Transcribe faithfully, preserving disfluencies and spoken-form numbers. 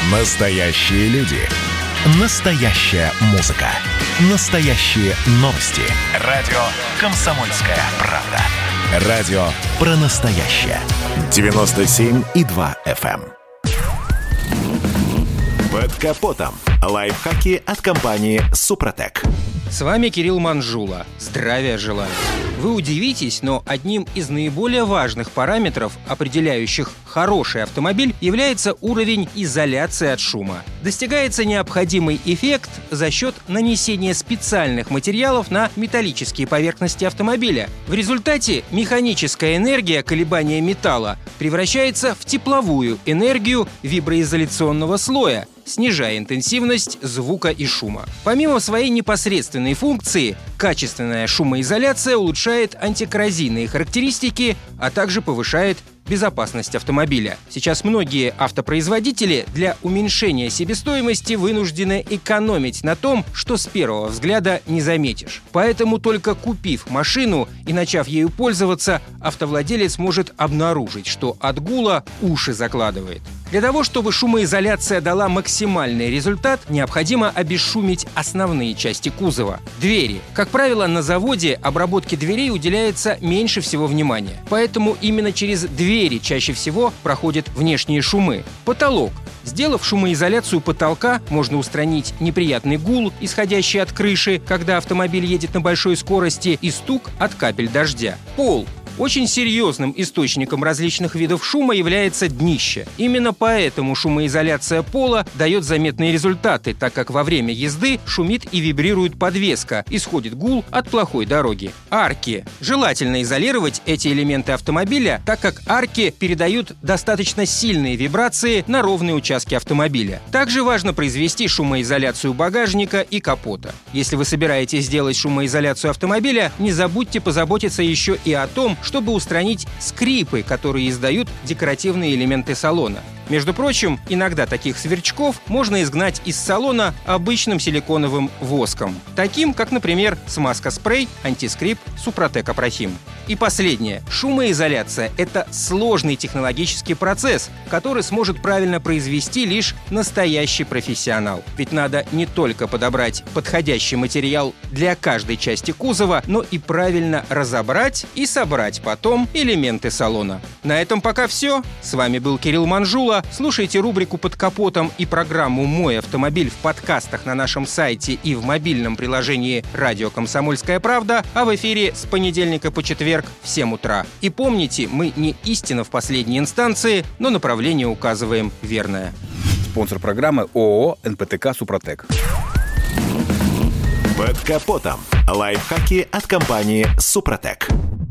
Настоящие люди. Настоящая музыка. Настоящие новости. Радио «Комсомольская правда». Радио про настоящее. девяносто семь и два эф эм. Под капотом. Лайфхаки от компании «Супротек». С вами Кирилл Манжула. Здравия желаю. Вы удивитесь, но одним из наиболее важных параметров, определяющих хороший автомобиль, является уровень изоляции от шума. Достигается необходимый эффект за счет нанесения специальных материалов на металлические поверхности автомобиля. В результате механическая энергия колебания металла превращается в тепловую энергию виброизоляционного слоя, снижая интенсивность звука и шума. Помимо своей непосредственной функции, качественная шумоизоляция улучшает антикоррозийные характеристики, а также повышает безопасность автомобиля. Сейчас многие автопроизводители для уменьшения себестоимости вынуждены экономить на том, что с первого взгляда не заметишь. Поэтому только купив машину и начав ею пользоваться, автовладелец может обнаружить, что от гула уши закладывает. Для того, чтобы шумоизоляция дала максимальный результат, необходимо обесшумить основные части кузова. Двери. Как правило, на заводе обработке дверей уделяется меньше всего внимания. Поэтому именно через двери чаще всего проходят внешние шумы. Потолок. Сделав шумоизоляцию потолка, можно устранить неприятный гул, исходящий от крыши, когда автомобиль едет на большой скорости, и стук от капель дождя. Пол. Очень серьезным источником различных видов шума является днище. Именно поэтому шумоизоляция пола дает заметные результаты, так как во время езды шумит и вибрирует подвеска, исходит гул от плохой дороги. Арки. Желательно изолировать эти элементы автомобиля, так как арки передают достаточно сильные вибрации на ровные участки автомобиля. Также важно произвести шумоизоляцию багажника и капота. Если вы собираетесь сделать шумоизоляцию автомобиля, не забудьте позаботиться еще и о том, чтобы устранить скрипы, которые издают декоративные элементы салона. Между прочим, иногда таких сверчков можно изгнать из салона обычным силиконовым воском, таким как, например, смазка-спрей, антискрип Супротек Опрохим. И последнее. Шумоизоляция – это сложный технологический процесс, который сможет правильно произвести лишь настоящий профессионал. Ведь надо не только подобрать подходящий материал для каждой части кузова, но и правильно разобрать и собрать потом элементы салона. На этом пока все. С вами был Кирилл Манжула. Слушайте рубрику «Под капотом» и программу «Мой автомобиль» в подкастах на нашем сайте и в мобильном приложении «Радио Комсомольская правда», а в эфире с понедельника по четверг в семь утра. И помните, мы не истина в последней инстанции, но направление указываем верное. Спонсор программы ООО «эн пэ тэ ка Супротек». Под капотом. Лайфхаки от компании «Супротек».